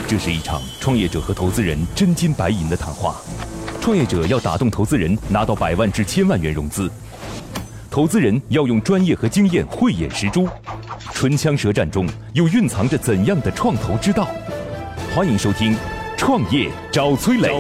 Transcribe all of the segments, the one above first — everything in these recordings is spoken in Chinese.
这是一场创业者和投资人真金白银的谈话。创业者要打动投资人拿到100万至1000万元融资，投资人要用专业和经验慧眼识珠。唇枪舌战中又蕴藏着怎样的创投之道？欢迎收听《创业找崔磊》。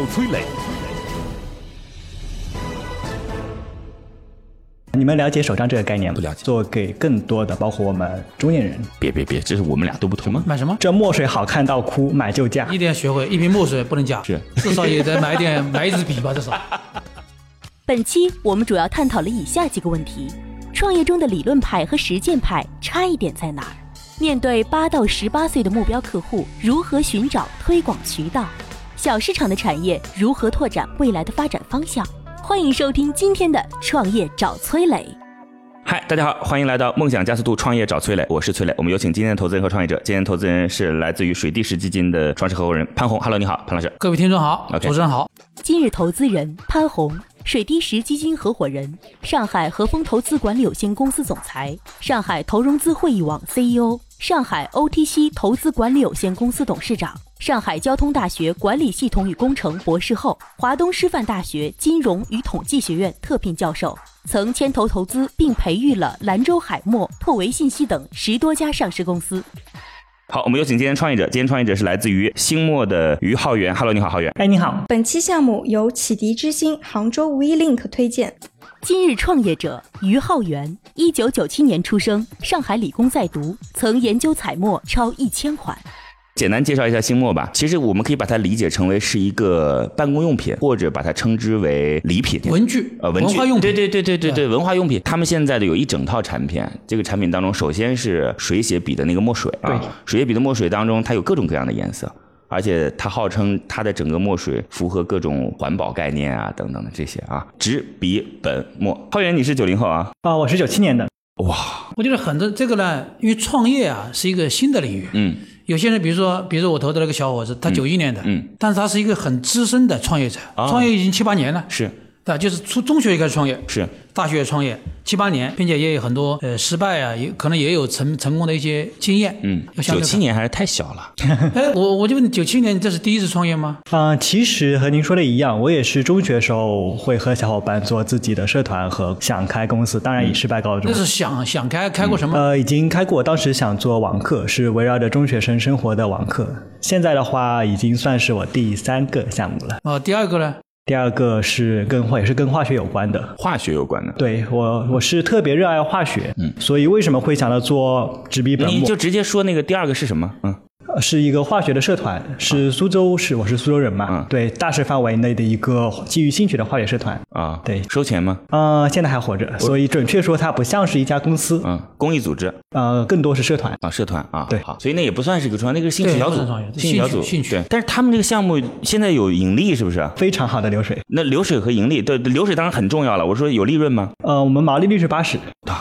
你们了解手账这个概念吗？ 不了解。 做给更多的，包括我们中年人。 别，这是我们俩都不同吗？ 买什么？ 这墨水好看到哭，买就价。 一定要学会，一瓶墨水不能假， 是至少也得买一支笔吧，至少。 本期我们主要探讨了以下几个问题：创业中的理论派和实践派差异点在哪儿？面对8到18岁的目标客户，如何寻找推广渠道？小市场的产业如何拓展未来的发展方向？欢迎收听今天的创业找崔磊。 嗨，大家好，欢迎来到梦想加速度创业找崔磊，我是崔磊。我们有请今天的投资人和创业者。今天投资人是来自于水滴石基金的创始合伙人潘红。Hello， 你好，潘老师。 各位听众好，主持人好。 今日投资人潘红，水滴石基金合伙人，上海和风投资管理有限公司总裁，上海投融资会议网 CEO， 上海 OTC 投资管理有限公司董事长，上海交通大学管理系统与工程博士后，华东师范大学金融与统计学院特聘教授，曾牵头投资并培育了兰州海默、拓维信息等10多家上市公司。 好，我们有请今天创业者。今天创业者是来自于星墨的于浩源。Hello， 你好，浩源。 哎，你好。 本期项目由启迪之星杭州 WeLink 推荐。 今日创业者于浩源，1997年出生，上海理工在读，曾研究彩墨超1000款。 简单介绍一下星墨吧。其实我们可以把它理解成为是一个办公用品，或者把它称之为礼品、 文具、文化用品。 对，文化用品。他们现在的有一整套产品，这个产品当中，首先是水写笔的那个墨水啊，水写笔的墨水当中，它有各种各样的颜色，而且它号称它的整个墨水符合各种环保概念啊，等等的这些啊。纸、笔、本、墨。浩源，你是90后啊？ 我是97年的。 哇， 我觉得很多这个呢，因为创业啊是一个新的领域。有些人比如说我投的那个小伙子，他91年的，但是他是一个很资深的创业者，创业已经7、8年了， 是， 就是中学就开始创业， 是，大学创业7、8年，并且也有很多失败啊，可能也有成功的一些经验。 97年还是太小了。 我就问，97年这是第一次创业吗？ 其实和您说的一样，我也是中学时候会和小伙伴做自己的社团和想开公司，当然以失败告终。 那是想开过什么？ 已经开过，当时想做网课，是围绕着中学生生活的网课。现在的话，已经算是我第3个项目了。 第2个呢？ 第2个是也是跟化学有关的。 化学有关的。 对，我是特别热爱化学，所以为什么会想到做纸笔本墨？ 你就直接说那个第2个是什么？ 是一个化学的社团，是苏州市，我是苏州人嘛，对，大市范围内的一个基于兴趣的化学社团啊， 对， 收钱吗？ 现在还活着，所以准确说它不像是一家公司， 公益组织， 更多是社团啊，社团啊， 对， 好，所以那也不算是一个创业，那个是兴趣小组， 兴趣， 对，但是他们这个项目现在有盈利是不是？ 非常好的流水， 那流水和盈利，对，流水当然很重要了。我说有利润吗？ 我们毛利率是80%。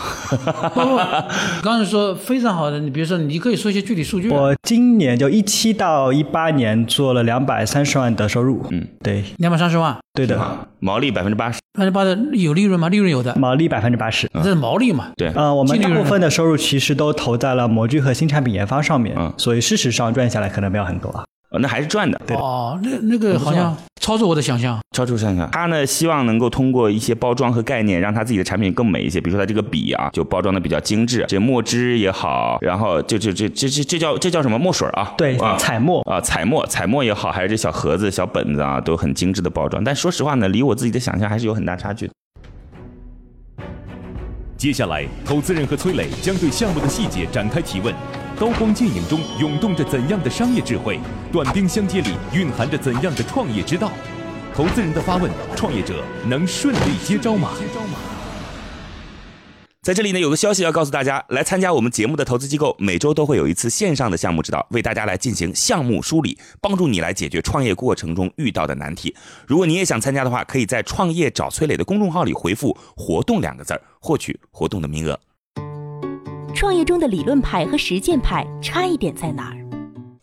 刚才说非常好的，你比如说，你可以说一些具体数据。 我今年就17到18年做了230万的收入，对 ，230万， 对的， 毛利80%，80% 的有利润吗？利润有的， 毛利80%， 这是毛利嘛？ 对， 我们大部分的收入其实都投在了模具和新产品研发上面，所以事实上赚下来可能没有很多啊。 那还是赚的。 那个好像超出我的想象。 他呢希望能够通过一些包装和概念，让他自己的产品更美一些。比如说他这个笔啊，就包装的比较精致，这墨汁也好，然后这叫什么墨水啊？ 对，彩墨啊，彩墨也好，还是这小盒子、小本子啊，都很精致的包装。但说实话呢，离我自己的想象还是有很大差距的。 接下来，投资人和崔磊将对项目的细节展开提问。刀光剑影中涌动着怎样的商业智慧？短兵相接里蕴含着怎样的创业之道？投资人的发问，创业者能顺利接招吗？ 在这里呢，有个消息要告诉大家，来参加我们节目的投资机构每周都会有一次线上的项目指导，为大家来进行项目梳理，帮助你来解决创业过程中遇到的难题。如果你也想参加的话，可以在创业找崔磊的公众号里回复活动2个字，获取活动的名额。 创业中的理论派和实践派差异点在哪儿？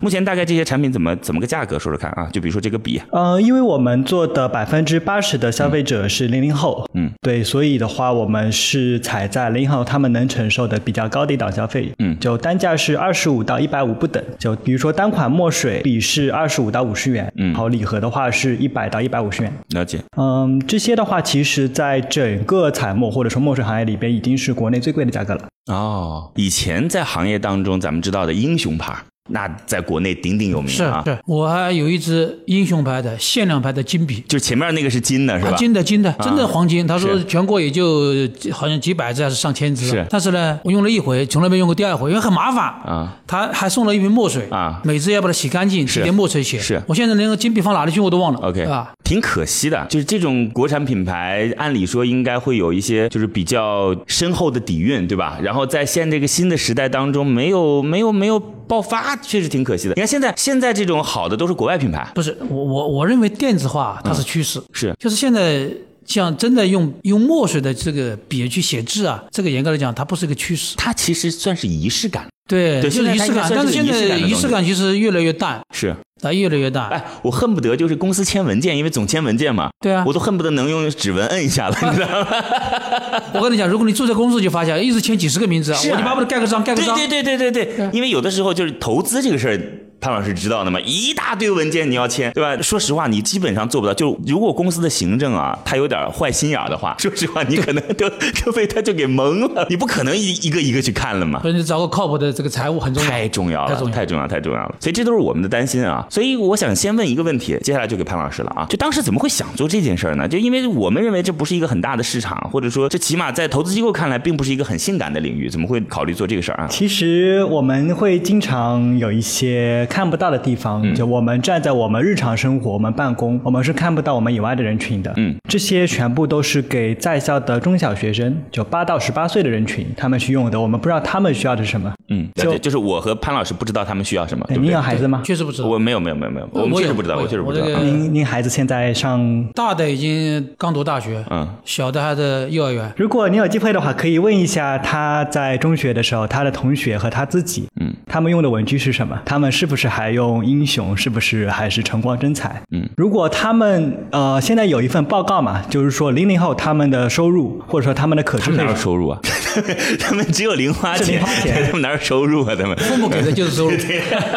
目前大概这些产品怎么个价格说说看啊？就比如说这个笔， 因为我们做的80%的消费者是00后，对，所以的话我们是踩在00后他们能承受的比较高的一档消费，就单价是25到150不等，就比如说单款墨水笔是25到50元，然后礼盒的话是100到150元。 了解。 这些的话其实在整个彩墨或者说墨水行业里边已经是国内最贵的价格了。 以前在行业当中咱们知道的英雄牌，那在国内鼎鼎有名啊。 是，我还有一支英雄牌的限量牌的金笔， 就前面那个是金的是吧？ 金的，真的黄金。他说全国也就好像几百支还是上千支。 是， 但是呢，我用了一回，从来没用过第二回，因为很麻烦啊。他还送了一瓶墨水啊，每支要把它洗干净，提点墨水写。 是， 我现在连个金笔放哪里去我都忘了。 OK， 啊， 挺可惜的。就是这种国产品牌，按理说应该会有一些就是比较深厚的底蕴，对吧？然后在这个新的时代当中，没有爆发，确实挺可惜的。你看现在这种好的都是国外品牌， 不是我认为电子化它是趋势， 是就是现在像真的用墨水的这个笔去写字啊，这个严格来讲它不是一个趋势， 它其实算是仪式感。 对，就是仪式感，但是现在仪式感其实越来越淡， 是越来越淡。 哎，我恨不得就是公司签文件，因为总签文件嘛， 对啊， 我都恨不得能用指纹摁一下了，你知道吗？ 我跟你讲，如果你注册公司就发现一直签几十个名字，我就巴不得盖个章。 对，因为有的时候就是投资这个事儿。潘老师知道的嘛，一大堆文件你要签，对吧？说实话，你基本上做不到。就如果公司的行政啊，他有点坏心眼的话，说实话，你可能都被他就给蒙了，你不可能一个一个去看了嘛。 所以你找个靠谱的这个财务很重要， 太重要了。所以这都是我们的担心啊。所以我想先问一个问题，接下来就给潘老师了啊。就当时怎么会想做这件事呢？就因为我们认为这不是一个很大的市场，或者说这起码在投资机构看来并不是一个很性感的领域，怎么会考虑做这个事儿啊？ 其实我们会经常有一些看不到的地方，就我们站在我们日常生活，我们办公，我们是看不到我们以外的人群的。这些全部都是给在校的中小学生，就8到18岁的人群，他们去用的。我们不知道他们需要的是什么。 就是我和潘老师不知道他们需要什么。 您有孩子吗？ 确实不知道。 我没有，我们确实不知道，我确实不知道。 您孩子现在上大的已经刚读大学，小的还在幼儿园。 如果你有机会的话，可以问一下他在中学的时候，他的同学和他自己，他们用的文具是什么？他们是不是还用英雄？是不是还是晨光真彩？如果他们现在有一份报告嘛，就是说00后他们的收入或者说他们的可支配， 他们哪有收入啊？他们只有零花钱，他们哪有收入啊？他们父母给的就是收入。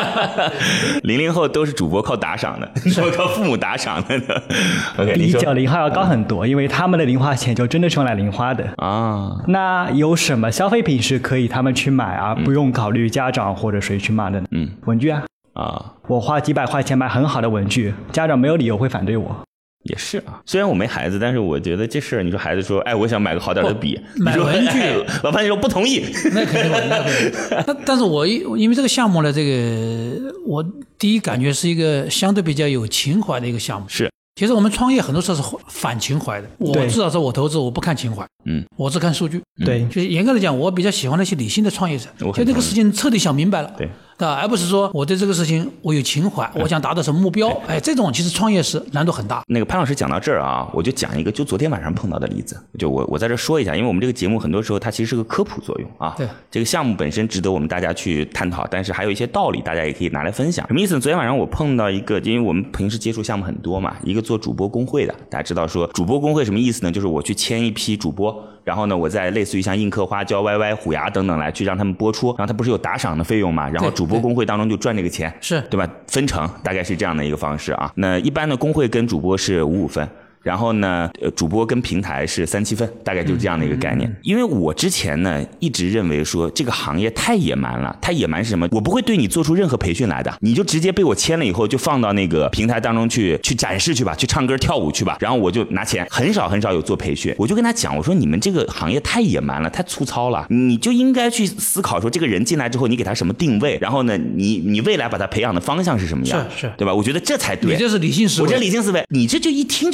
00后都是主播靠打赏的，靠父母打赏的。 比90后要高很多，因为他们的零花钱就真的是用来零花的啊。那有什么消费品是可以他们去买啊，不用考虑家长或者谁去买的？文具啊。我花几百块钱买很好的文具，家长没有理由会反对我。 也是啊，虽然我没孩子，但是我觉得这事儿，你说孩子说，哎，我想买个好点的笔， 买文具， 老潘你说不同意， 那肯定不。但是我因为这个项目呢，这个我第一感觉是一个相对比较有情怀的一个项目。 是， 其实我们创业很多时候是反情怀的。我至少说我投资我不看情怀，我只看数据。 对， 就是严格来讲，我比较喜欢那些理性的创业者，就这个事情彻底想明白了。 对。 而不是说我对这个事情我有情怀，我想达到什么目标，这种其实创业是难度很大。 那个潘老师讲到这儿啊，我就讲一个就昨天晚上碰到的例子，就我在这说一下，因为我们这个节目很多时候它其实是个科普作用啊。 对， 这个项目本身值得我们大家去探讨，但是还有一些道理大家也可以拿来分享。什么意思呢？昨天晚上我碰到一个，因为我们平时接触项目很多嘛，一个做主播工会的，大家知道说主播工会什么意思呢？就是我去签一批主播，然后呢我再类似于像映客、花椒、YY、虎牙等等来去让他们播出，然后他不是有打赏的费用嘛，然后主播工会当中就赚这个钱， 是对吧？分成大概是这样的一个方式啊。那一般的工会跟主播是55分，然后呢，主播跟平台是37分，大概就是这样的一个概念。因为我之前呢一直认为说这个行业太野蛮了，太野蛮是什么？我不会对你做出任何培训来的，你就直接被我签了以后就放到那个平台当中去展示去吧，去唱歌跳舞去吧，然后我就拿钱，很少有做培训。我就跟他讲，我说你们这个行业太野蛮了，太粗糙了，你就应该去思考说这个人进来之后你给他什么定位，然后呢你未来把他培养的方向是什么样， 是对吧？我觉得这才对。 你这是理性思维， 我这理性思维，你这就一听就是不了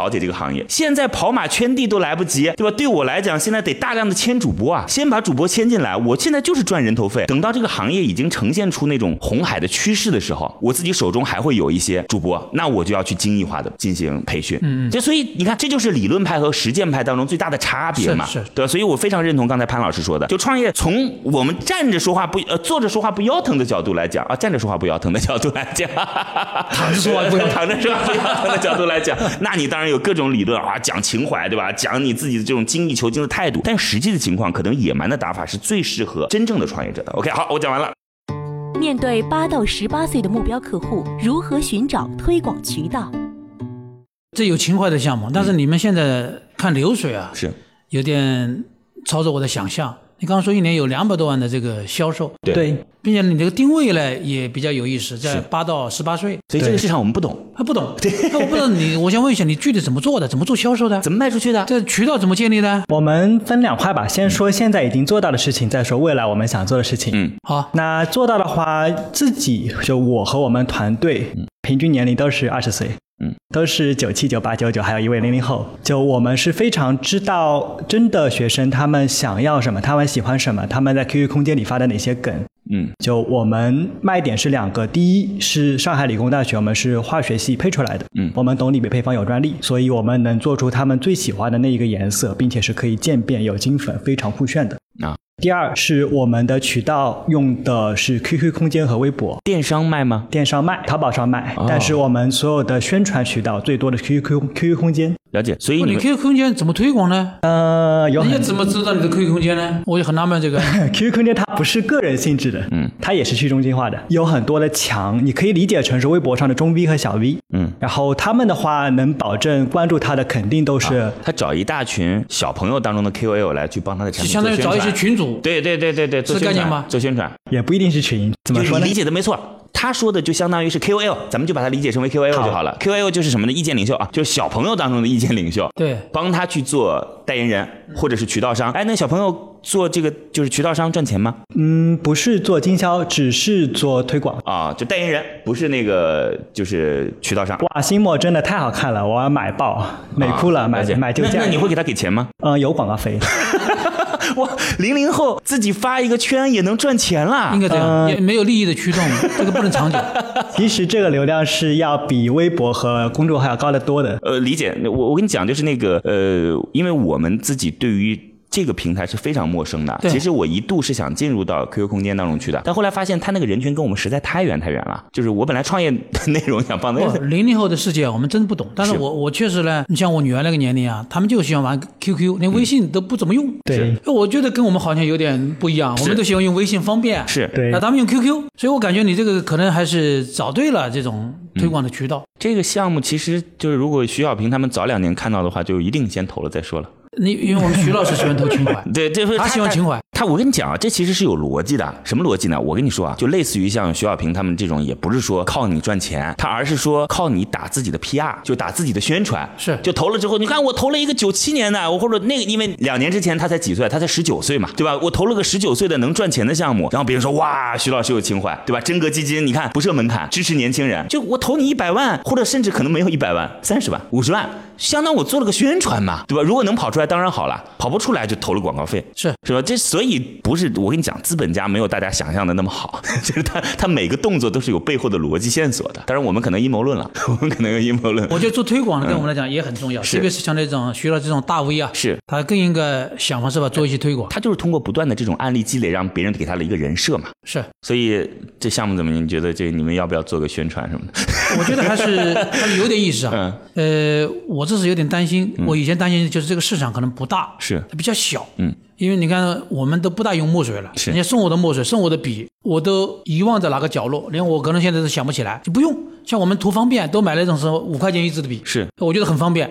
了解这个行业。现在跑马圈地都来不及，对吧？对我来讲，现在得大量的签主播啊，先把主播签进来。我现在就是赚人头费。等到这个行业已经呈现出那种红海的趋势的时候，我自己手中还会有一些主播，那我就要去精益化的进行培训。就所以你看，这就是理论派和实践派当中最大的差别嘛， 是对吧？所以我非常认同刚才潘老师说的，就创业从我们站着说话不坐着说话不腰疼的角度来讲啊，站着说话不腰疼的角度来讲， 躺着说话不腰躺着说话不腰疼的角度来讲，那你当然有各种理论啊，讲情怀，对吧？讲你自己的这种精益求精的态度，但实际的情况，可能野蛮的打法是最适合真正的创业者的。OK， 好，我讲完了。 面对8到18岁的目标客户，如何寻找推广渠道？ 这有情怀的项目，但是你们现在看流水啊， 是有点超出我的想象。你刚刚说一年有200多万的这个销售， 对， 并且你这个定位呢也比较有意思，在8到18岁， 所以这个市场我们不懂， 不懂。那我不知道我想问一下，你具体怎么做的？怎么做销售的？ 怎么卖出去的？ 这渠道怎么建立的？ 我们分2块吧，先说现在已经做到的事情，再说未来我们想做的事情。 好， 那做到的话，自己就我和我们团队，平均年龄都是20岁。都是97、98、99，还有一位00后。就我们是非常知道真的学生他们想要什么，他们喜欢什么，他们在 QQ 空间里发的哪些梗。就我们卖点是2个，第一是上海理工大学，我们是化学系配出来的，我们懂理配方有专利，所以我们能做出他们最喜欢的那一个颜色，并且是可以渐变有金粉，非常酷炫的。第二是我们的渠道用的是 QQ 空间和微博。 电商卖吗？ 电商卖，淘宝上卖，但是我们所有的宣传渠道最多的 QQ 空间。 了解，所以你 QQ 空间怎么推广呢？人家怎么知道你的 QQ 空间呢？我也很纳闷这个。 QQ 空间它不是个人性质的，它也是去中心化的，有很多的墙，你可以理解成是微博上的中 V 和小 V。然后他们的话能保证关注他的肯定都是他找一大群小朋友当中的 KOL 来去帮他的产品做宣传， 相当于找一些群主。 对， 是概念吗？ 做宣传也不一定是群，怎么说呢？ 你理解的没错。他说的就相当于是 KOL， 咱们就把它理解成为 KOL 就好了。KOL 就是什么呢？意见领袖啊，就是小朋友当中的意见领袖。 对， 帮他去做代言人或者是渠道商。那小朋友做这个就是渠道商赚钱吗？ 不是做经销，只是做推广啊，就代言人，不是那个就是渠道商。 哇，新墨真的太好看了，我要买爆，美哭了，买就价。 那你会给他给钱吗？ 有广告费。 哇，00后自己发一个圈也能赚钱啦， 应该这样，也没有利益的驱动，这个不能长久。 其实这个流量是要比微博和公众号要高得多的。 理解，我跟你讲，就是那个因为我们自己对于这个平台是非常陌生的。其实我一度是想进入到 QQ 空间当中去的，但后来发现他那个人群跟我们实在太远了。就是我本来创业的内容想放在 00后的世界我们真的不懂，但是我确实呢，你像我女儿那个年龄啊，他们就喜欢玩 QQ， 连微信都不怎么用。 对， 我觉得跟我们好像有点不一样，我们都喜欢用微信方便。 是， 对， 他们用 QQ， 所以我感觉你这个可能还是找对了这种推广的渠道。 这个项目其实就是如果徐小平他们早2年看到的话，就一定先投了再说了。 因为我们徐老师喜欢投情怀， 对， 他喜欢情怀。 我跟你讲啊，这其实是有逻辑的。什么逻辑呢？我跟你说啊，就类似于像徐小平他们这种，也不是说靠你赚钱，他而是说靠你打自己的 PR， 就打自己的宣传。 是， 就投了之后，你看我投了一个97年的，我或者那个，因为2年之前他才几岁，他才19岁嘛，对吧？我投了个19岁的能赚钱的项目，然后别人说哇，徐老师有情怀，对吧？真格基金，你看不设门槛，支持年轻人，就我投你100万，或者甚至可能没有100万，30万、50万，相当我做了个宣传嘛，对吧？如果能跑出来当然好了，跑不出来就投了广告费，是吧？这所以不是我跟你讲，资本家没有大家想象的那么好，就是他每个动作都是有背后的逻辑线索的。当然我们可能阴谋论了，我们可能有阴谋论。 我觉得做推广对我们来讲也很重要，特别是像那种学了这种大 V 啊， 是他更应该想方设法做一些推广。 他就是通过不断的这种案例积累，让别人给他了一个人设嘛。 是， 所以这项目怎么？你觉得你们要不要做个宣传什么的？ 我觉得还是有点意思啊。我这是有点担心，我以前担心就是这个市场可能不大， 是它比较小。因为你看我们都不大用墨水了， 是人家送我的墨水，送我的笔，我都遗忘在哪个角落，连我可能现在都想不起来，就不用。像我们图方便，都买那种是5块钱1支的笔， 是， 我觉得很方便。 是，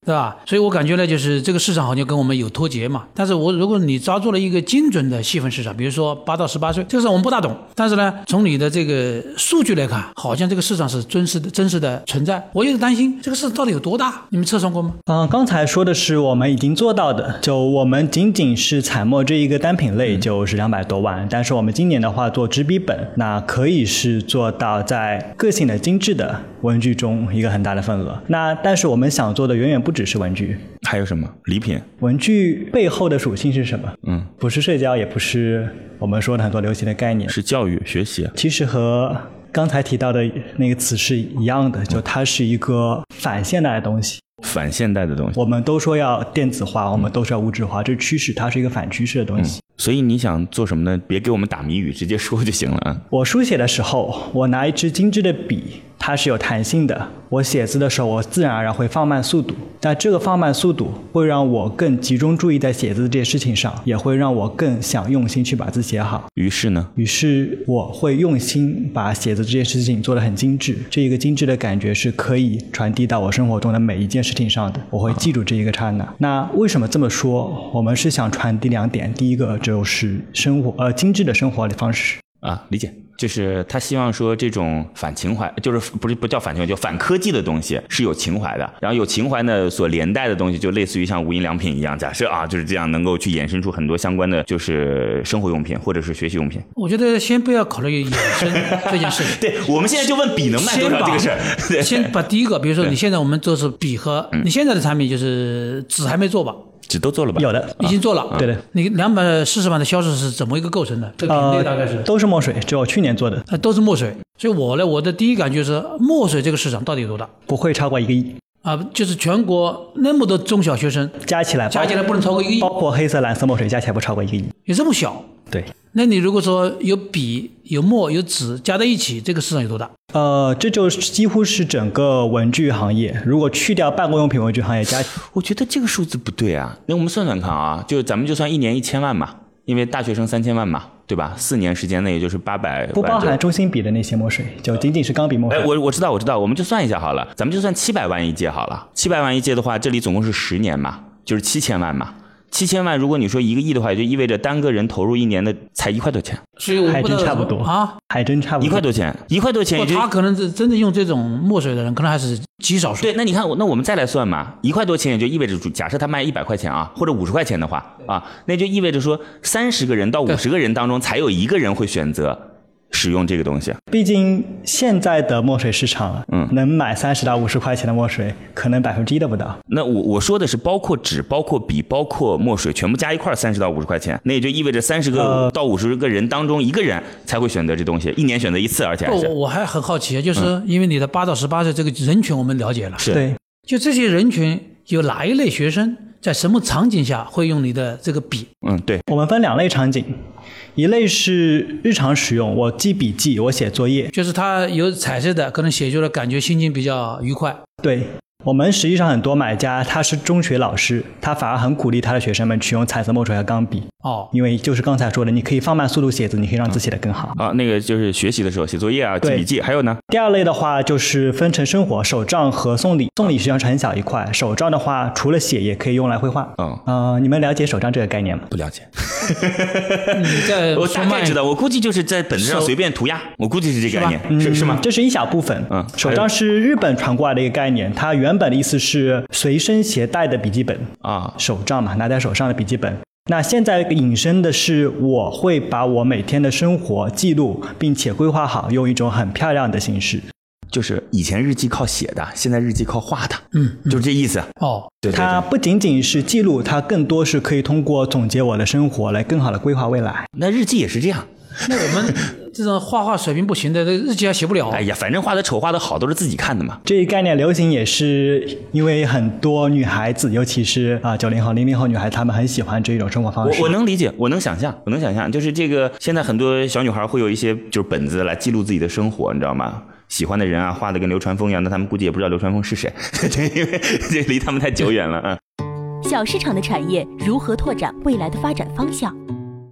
对吧？所以我感觉呢，就是这个市场好像跟我们有脱节嘛。但是如果你抓住了一个精准的细分市场，比如说8到18岁，这个市场我们不大懂，但是呢，从你的这个数据来看，好像这个市场是真实的存在。我有点担心这个市场到底有多大，你们测算过吗？ 刚才说的是我们已经做到的，就我们仅仅是彩墨这一个单品类就是200多万，但是我们今年的话做纸笔本，那可以是做到在个性的精致的文具中一个很大的份额。那但是我们想做的远远不只是文具， 还有什么礼品？ 文具背后的属性是什么？不是社交，也不是我们说的很多流行的概念， 是教育学习。 其实和刚才提到的那个词是一样的，就它是一个反现代的东西。 反现代的东西， 我们都说要电子化，我们都说要物质化，这趋势它是一个反趋势的东西。 所以你想做什么呢？别给我们打谜语，直接说就行了啊。 我书写的时候，我拿一支精致的笔，它是有弹性的，我写字的时候我自然而然会放慢速度，但这个放慢速度会让我更集中注意在写字这件事情上，也会让我更想用心去把字写好。于是我会用心把写字这件事情做得很精致，这一个精致的感觉是可以传递到我生活中的每一件事情上的，我会记住这一个刹那。那为什么这么说？我们是想传递2点，第一个就是精致的生活的方式啊，理解。就是他希望说这种反情怀，就是不叫反情怀，就反科技的东西是有情怀的，然后有情怀呢所连带的东西就类似于像无印良品一样，假设啊就是这样能够去衍生出很多相关的就是生活用品或者是学习用品。 我觉得先不要考虑衍生这件事情对，我们现在就问笔能卖多少这个事儿。 先把第一个，比如说你现在我们做是笔和你现在的产品就是纸还没做吧？ 纸都做了吧？ 有的， 已经做了。 对的。 你240万的销售是怎么一个构成的？这个品类大概是都是墨水，就我去年做的， 都是墨水。所以我的第一感觉是墨水这个市场到底有多大？ 不会超过1个亿。 就是全国那么多中小学生加起来不能超过1个亿， 包括黑色蓝色墨水加起来不超过1个亿。 有这么小？ 对。 那你如果说有笔有墨有纸加在一起，这个市场有多大？ 这就几乎是整个文具行业，如果去掉办公用品文具行业加， 我觉得这个数字不对啊。那我们算算看啊，就咱们就算1年1000万嘛，因为大学生3000万嘛，对吧？4年时间内也就是800万， 不包含中性笔的那些墨水，就仅仅是钢笔墨水。 我知道，我们就算一下好了，咱们就算700万一届好了。700万一届的话，这里总共是10年嘛，就是7000万嘛。7000万，如果你说1个亿的话，也就意味着单个人投入1年的才1块多钱， 所以我还真差不多啊， 还真差不多 1块多钱，1块多钱也就。 他可能真的用这种墨水的人，可能还是极少数。 对，那你看，那我们再来算嘛，1块多钱也就意味着，假设他卖100块钱啊，或者50块钱的话啊，那就意味着说30个人到50个人当中才有1个人会选择使用这个东西。 毕竟现在的墨水市场，能买30到50块钱的墨水，可能1%都不到。 那我说的是包括纸、包括笔、包括墨水，全部加一块30到50块钱，那也就意味着30个到50个人当中1个人才会选择这东西，1年选择1次，而且还是。 我还很好奇，就是因为你的8到18岁这个人群我们了解了， 是对， 就这些人群有哪一类学生在什么场景下会用你的这个笔？ 对， 我们分2类场景。一类是日常使用，我记笔记，我写作业， 就是它有彩色的，可能写就了感觉心情比较愉快。 对，我们实际上很多买家他是中学老师，他反而很鼓励他的学生们去用彩色墨水和钢笔。因为就是刚才说的，你可以放慢速度写字，你可以让字写得更好。 那个就是学习的时候写作业啊，记笔记。还有呢？ 第2类的话就是分成生活、手账和送礼。送礼实际上是很小一块，手账的话除了写也可以用来绘画。你们了解手账这个概念吗？ 不了解。 我大概知道，我估计就是在本子上随便涂鸦，我估计是这个概念，是吗？ 这是一小部分。手账是日本传过来的一个概念，它原本的意思是随身携带的笔记本啊，手账嘛，拿在手上的笔记本。那现在引申的是，我会把我每天的生活记录，并且规划好，用一种很漂亮的形式。 就是以前日记靠写的，现在日记靠画的，就是这意思。对， 它不仅仅是记录，它更多是可以通过总结我的生活来更好的规划未来。 那日记也是这样。 那我们这种画画水平不行的，这日记还写不了。 哎呀，反正画的丑画的好都是自己看的嘛。 这一概念流行也是因为很多女孩子，尤其是90后、00后女孩子，她们很喜欢这种生活方式。 我能理解，我能想象，就是这个现在很多小女孩会有一些就是本子来记录自己的生活，你知道吗？喜欢的人啊，画的跟流川枫一样，那他们估计也不知道流川枫是谁，因为这离他们太久远了。 小市场的产业如何拓展未来的发展方向？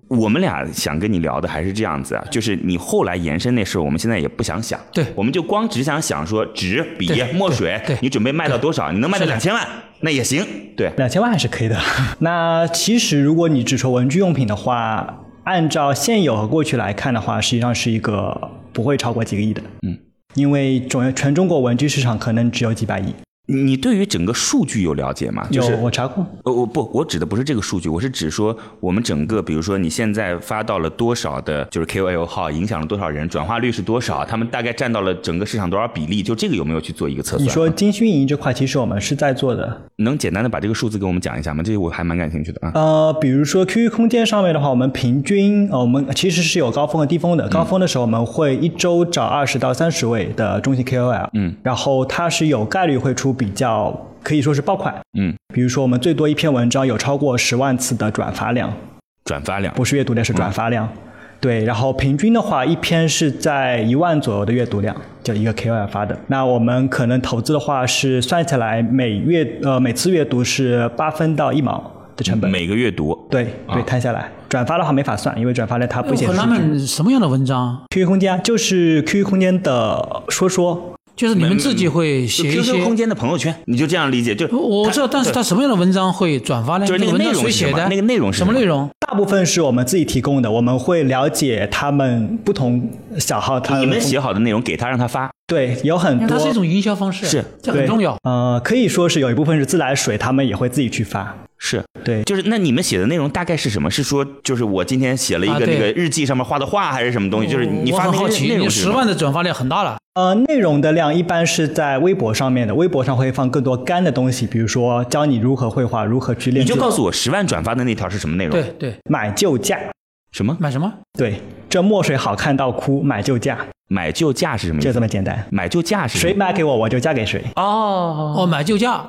我们俩想跟你聊的还是这样子啊，就是你后来延伸那事儿，我们现在也不想想， 对， 我们就光只想想说纸、笔、墨水， 对， 你准备卖到多少？你能卖到2000万，那也行，对 ，2000万还是可以的。那其实如果你只说文具用品的话，按照现有和过去来看的话，实际上是一个不会超过几个亿的，因为全中国文具市场可能只有几百亿。 你对于整个数据有了解吗？就是我查过。 我指的不是这个数据，我是指说我们整个，比如说你现在发到了多少的，就是 KOL 号影响了多少人，转化率是多少，他们大概占到了整个市场多少比例，就这个有没有去做一个测算？ 你说精细运营这块，其实我们是在做的。 能简单的把这个数字给我们讲一下吗？这个我还蛮感兴趣的啊。 比如说 QQ 空间上面的话，我们平均我们其实是有高峰和低峰的。高峰的时候我们会一周找20到30位的中型 KOL，然后它是有概率会出比较可以说是爆款，比如说我们最多一篇文章有超过10万次的转发量，不是阅读量，是转发量。对，然后平均的话，一篇是在1万左右的阅读量，就一个 KOL 发的。那我们可能投资的话是算起来每次阅读是8分到1毛的成本， 每个阅读。 对，摊下来。转发的话没法算，因为转发量它不显示。 他们什么样的文章 ？QQ 空间就是 QQ 空间的说。 就是你们自己会写一些 QQ 空间的朋友圈，你就这样理解。就我知道，但是他什么样的文章会转发呢？ 就是那个内容谁写的？ 那个内容是什么内容？ 大部分是我们自己提供的，我们会了解他们不同小号， 你们写好的内容给他，让他发。 对，有很多。 它是一种营销方式， 是这很重要。 可以说是有一部分是自来水，他们也会自己去发。 是对， 就是那你们写的内容大概是什么？是说就是我今天写了一个那个日记上面画的画，还是什么东西？就是你发那个内容是 10万的转发量很大了。 内容的量一般是在微博上面的，微博上会放更多干的东西，比如说教你如何绘画，如何去练。 你就告诉我10万转发的那条是什么内容？ 对， 买就价。 什么？ 买什么？ 对，这墨水好看到哭，买就价。 买就价是什么意思？ 就这么简单。 买就价是什么？ 谁买给我，我就嫁给谁。 买就价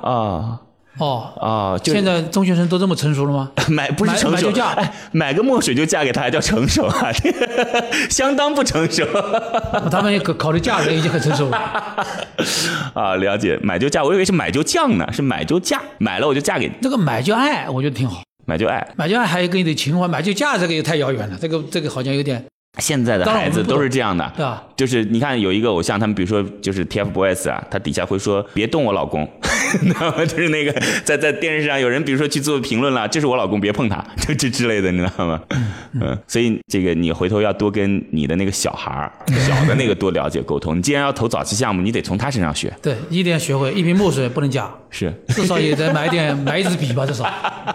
现在中学生都这么成熟了吗？ 不是成熟， 买就价， 买个墨水就嫁给他，还叫成熟啊？相当不成熟。 他们也考虑价格已经很成熟了。 了解。买就价，我以为是买就降呢，是买就价，买了我就嫁给你。 这个买就爱，我觉得挺好。 买就爱还有一个你的情怀，买就价这个也太遥远了，这个好像有点。 现在的孩子都是这样的， 对吧？ 就是你看有一个偶像，他们比如说就是 TFBOYS 啊，他底下会说别动我老公，就是那个在电视上有人比如说去做评论了，这是我老公别碰他，就这之类的，你知道吗？所以这个你回头要多跟你的那个小的那个多了解沟通。你既然要投早期项目，你得从他身上学。 对，一定要学会一瓶墨水不能假， 是至少也得买一支笔吧，至少。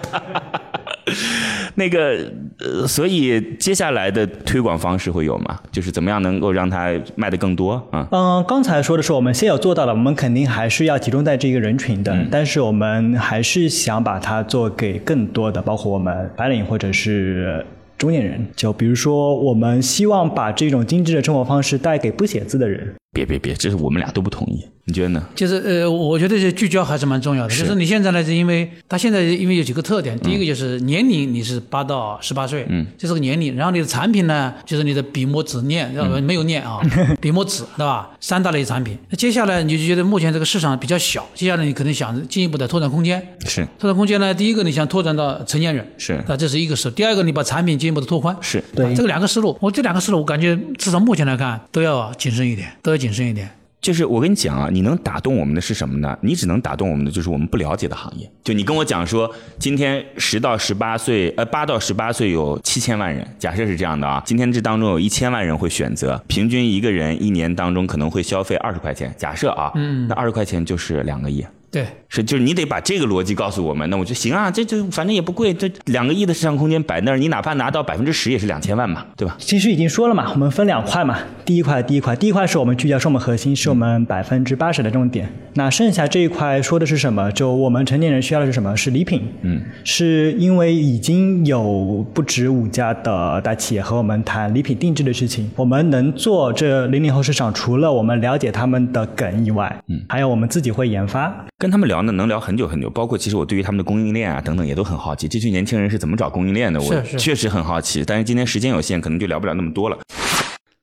那个所以接下来的推广方式会有吗？就是怎么样能够让它卖得更多刚才说的是我们现有做到了，我们肯定还是要集中在这个人群的，但是我们还是想把它做给更多的，包括我们白领或者是中年人。就比如说我们希望把这种精致的生活方式带给不写字的人。 别，这是我们俩都不同意，你觉得呢？ 就是我觉得这聚焦还是蛮重要的。就是你现在呢，是因为有几个特点，第一个就是年龄，你是8到18岁，这是个年龄。然后你的产品呢，就是你的笔墨纸砚，没有砚啊，笔墨纸，对吧？3大类产品。那接下来你就觉得目前这个市场比较小，接下来你可能想进一步的拓展空间。 是拓展空间呢，第一个你想拓展到成年人， 是， 那这是一个思路。第二个你把产品进一步的拓宽， 是对这两个思路。这两个思路，我感觉至少目前来看都要谨慎一点， 就是我跟你讲啊，你能打动我们的是什么呢？你只能打动我们的就是我们不了解的行业。就你跟我讲说，今天8到18岁有7000万人，假设是这样的啊，今天这当中有1000万人会选择，平均一个人1年当中可能会消费20块钱，假设啊，那20块钱就是2个亿。 对， 就是你得把这个逻辑告诉我们，那我就行啊，这反正也不贵，这2个亿的市场空间摆那儿，你哪怕拿到10%也是2000万嘛，对吧？ 其实已经说了嘛，我们分2块嘛，第一块是我们聚焦，是我们核心，是我们80%的重点。那剩下这一块说的是什么？就我们成年人需要的是什么？是礼品。是因为已经有不止5家的大企业和我们谈礼品定制的事情，我们能做这00后市场，除了我们了解他们的梗以外，还有我们自己会研发。 跟他们聊呢，能聊很久很久，包括其实我对于他们的供应链啊等等也都很好奇，这群年轻人是怎么找供应链的，我确实很好奇，但是今天时间有限，可能就聊不了那么多了。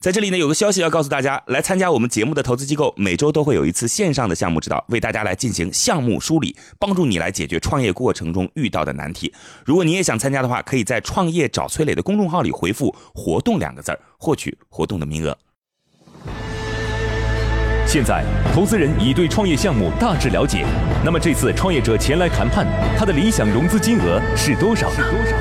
在这里呢，有个消息要告诉大家，来参加我们节目的投资机构每周都会有一次线上的项目指导，为大家来进行项目梳理，帮助你来解决创业过程中遇到的难题。如果你也想参加的话，可以在创业找崔磊的公众号里回复活动2个字，获取活动的名额。 现在投资人已对创业项目大致了解，那么这次创业者前来谈判，他的理想融资金额是多少呢？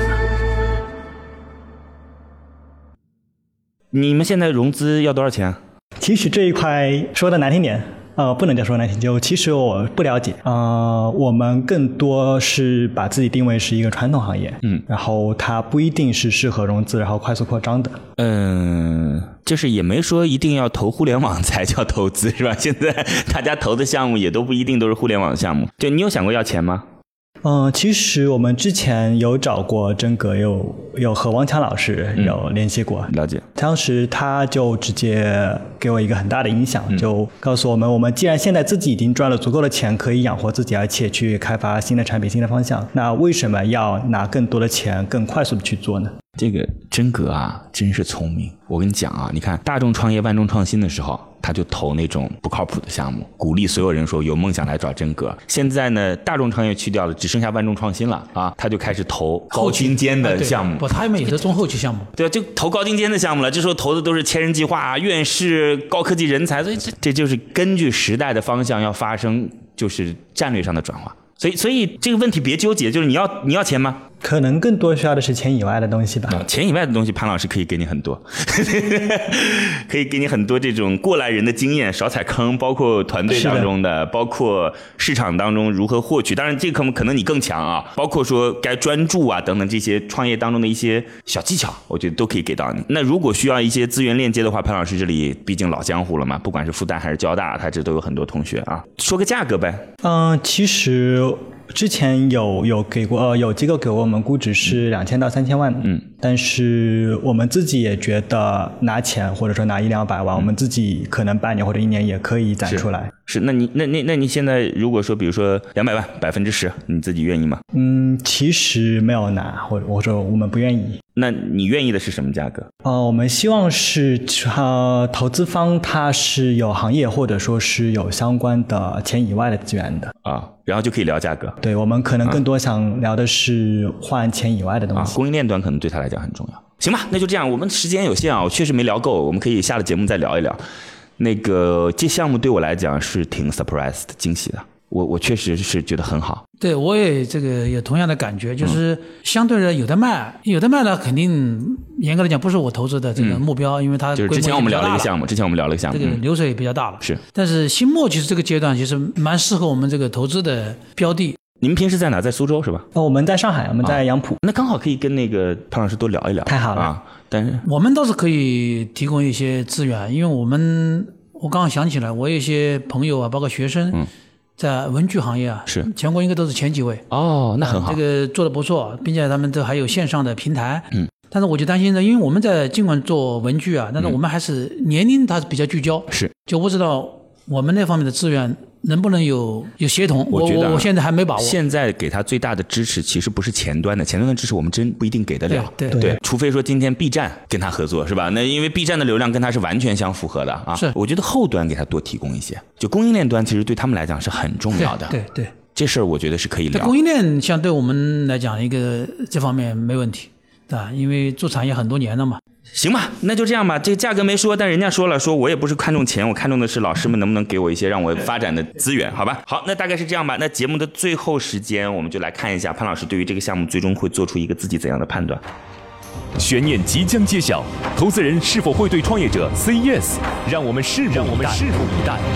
你们现在融资要多少钱？ 其实这一块说的难听点，不能叫说难听，就其实我不了解。我们更多是把自己定位是一个传统行业，然后它不一定是适合融资然后快速扩张的。 就是也没说一定要投互联网才叫投资，是吧？现在大家投的项目也都不一定都是互联网项目。对，你有想过要钱吗？ 其实我们之前有找过真格，有和王强老师有联系过， 了解。 当时他就直接给我一个很大的影响，就告诉我们既然现在自己已经赚了足够的钱可以养活自己，而且去开发新的产品新的方向，那为什么要拿更多的钱更快速的去做呢？ 这个真格啊真是聪明。我跟你讲啊，你看大众创业万众创新的时候，他就投那种不靠谱的项目，鼓励所有人说有梦想来找真格。现在呢，大众创业去掉了，只剩下万众创新了啊，他就开始投高精尖的项目。 不，他们也是中后期项目。 对，就投高精尖的项目了。这时候投的都是千人计划、院士、高科技人才，所以这就是根据时代的方向要发生，就是战略上的转化。所以这个问题别纠结，就是你要钱吗？ 可能更多需要的是钱以外的东西吧。 钱以外的东西，潘老师可以给你很多，可以给你很多这种过来人的经验，少踩坑，包括团队当中的，包括市场当中如何获取。当然，这个可能你更强啊，包括说该专注啊等等这些创业当中的一些小技巧，我觉得都可以给到你。那如果需要一些资源链接的话，潘老师这里毕竟老江湖了嘛，不管是复旦还是交大，他这都有很多同学啊。说个价格呗。 其实之前有给过有机构给我们估值是2000到3000万，但是我们自己也觉得拿钱或者说拿100-200万，我们自己可能半年或者1年也可以攒出来。 是，那你现在如果说比如说200万10%，你自己愿意吗？ 其实没有拿，或者我说我们不愿意。 那你愿意的是什么价格？ 我们希望是投资方他是有行业或者说是有相关的钱以外的资源的啊，然后就可以聊价格。 对，我们可能更多想聊的是换钱以外的东西。 供应链端可能对他来讲很重要。行吧，那就这样，我们时间有限啊，我确实没聊够，我们可以下了节目再聊一聊。那个这项目对我来讲是挺 surprise 的，惊喜的。我确实是觉得很好。 对，我也这个有同样的感觉，就是相对的有的卖呢，肯定严格来讲不是我投资的这个目标，因为它就是之前我们聊了一个项目，这个流水也比较大了。 是， 但是新墨其实这个阶段其实蛮适合我们这个投资的标的。 你们平时在哪？在苏州是吧？ 我们在上海，我们在杨浦。 那刚好可以跟那个潘老师多聊一聊。 太好了啊！但是我们倒是可以提供一些资源，因为我刚刚想起来，我有一些朋友啊，包括学生。在文具行业啊， 是全国应该都是前几位哦，那很好， 这个做得不错，并且他们都还有线上的平台。但是我就担心呢，因为我们尽管做文具啊，但是我们还是年龄它是比较聚焦， 是就不知道我们那方面的资源能不能有协同。 我觉得我现在还没把握。 现在给他最大的支持其实不是前端的支持我们真不一定给得了。 对， 除非说今天 B 站跟他合作是吧？那因为 B 站的流量跟他是完全相符合的啊。 是， 我觉得后端给他多提供一些，就供应链端其实对他们来讲是很重要的。 对， 这事儿我觉得是可以聊。 供应链像对我们来讲一个这方面没问题，对吧？因为做产业很多年了嘛。 行吧，那就这样吧。这个价格没说，但人家说了，说我也不是看重钱，我看重的是老师们能不能给我一些让我发展的资源，好吧？好，那大概是这样吧。那节目的最后时间，我们就来看一下潘老师对于这个项目最终会做出一个自己怎样的判断。 悬念即将揭晓，投资人是否会对创业者 say yes？ 让我们拭目以待。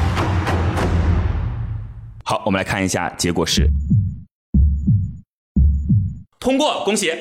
好，我们来看一下结果是通过，恭喜。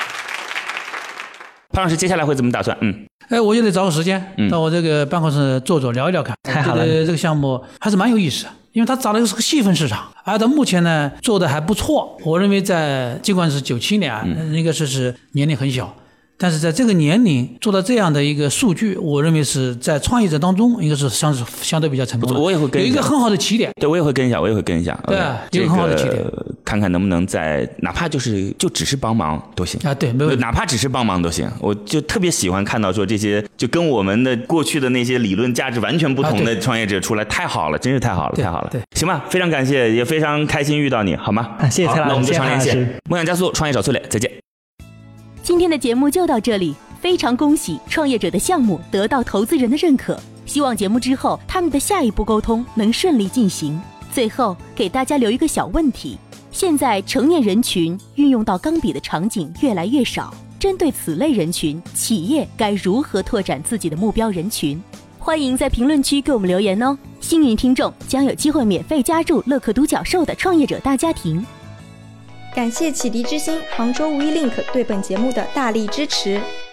潘老师接下来会怎么打算？ 我就得找个时间到我这个办公室坐聊一聊看。 太好了， 这个项目还是蛮有意思的，因为它找的是个细分市场，而到目前呢做的还不错。我认为尽管是97年，应该是年龄很小，但是在这个年龄做到这样的一个数据，我认为是在创业者当中应该是相对比较成功的。 我也会跟一下， 有一个很好的起点。 对，我也会跟一下。 对，有一个很好的起点。 看看能不能哪怕就只是帮忙都行啊，对，没问题， 哪怕只是帮忙都行。我就特别喜欢看到说这些就跟我们的过去的那些理论价值完全不同的创业者出来，太好了，真是太好了，太好了。 对， 行吧，非常感谢，也非常开心遇到你，好吗？ 谢谢蔡老师， 那我们就常联系。梦想加速，创业找崔磊，再见。 今天的节目就到这里，非常恭喜创业者的项目得到投资人的认可，希望节目之后他们的下一步沟通能顺利进行。最后给大家留一个小问题，现在成年人群运用到钢笔的场景越来越少，针对此类人群，企业该如何拓展自己的目标人群？欢迎在评论区给我们留言哦，幸运听众将有机会免费加入乐客独角兽的创业者大家庭。 感谢启迪之星杭州无一 link 对本节目的大力支持。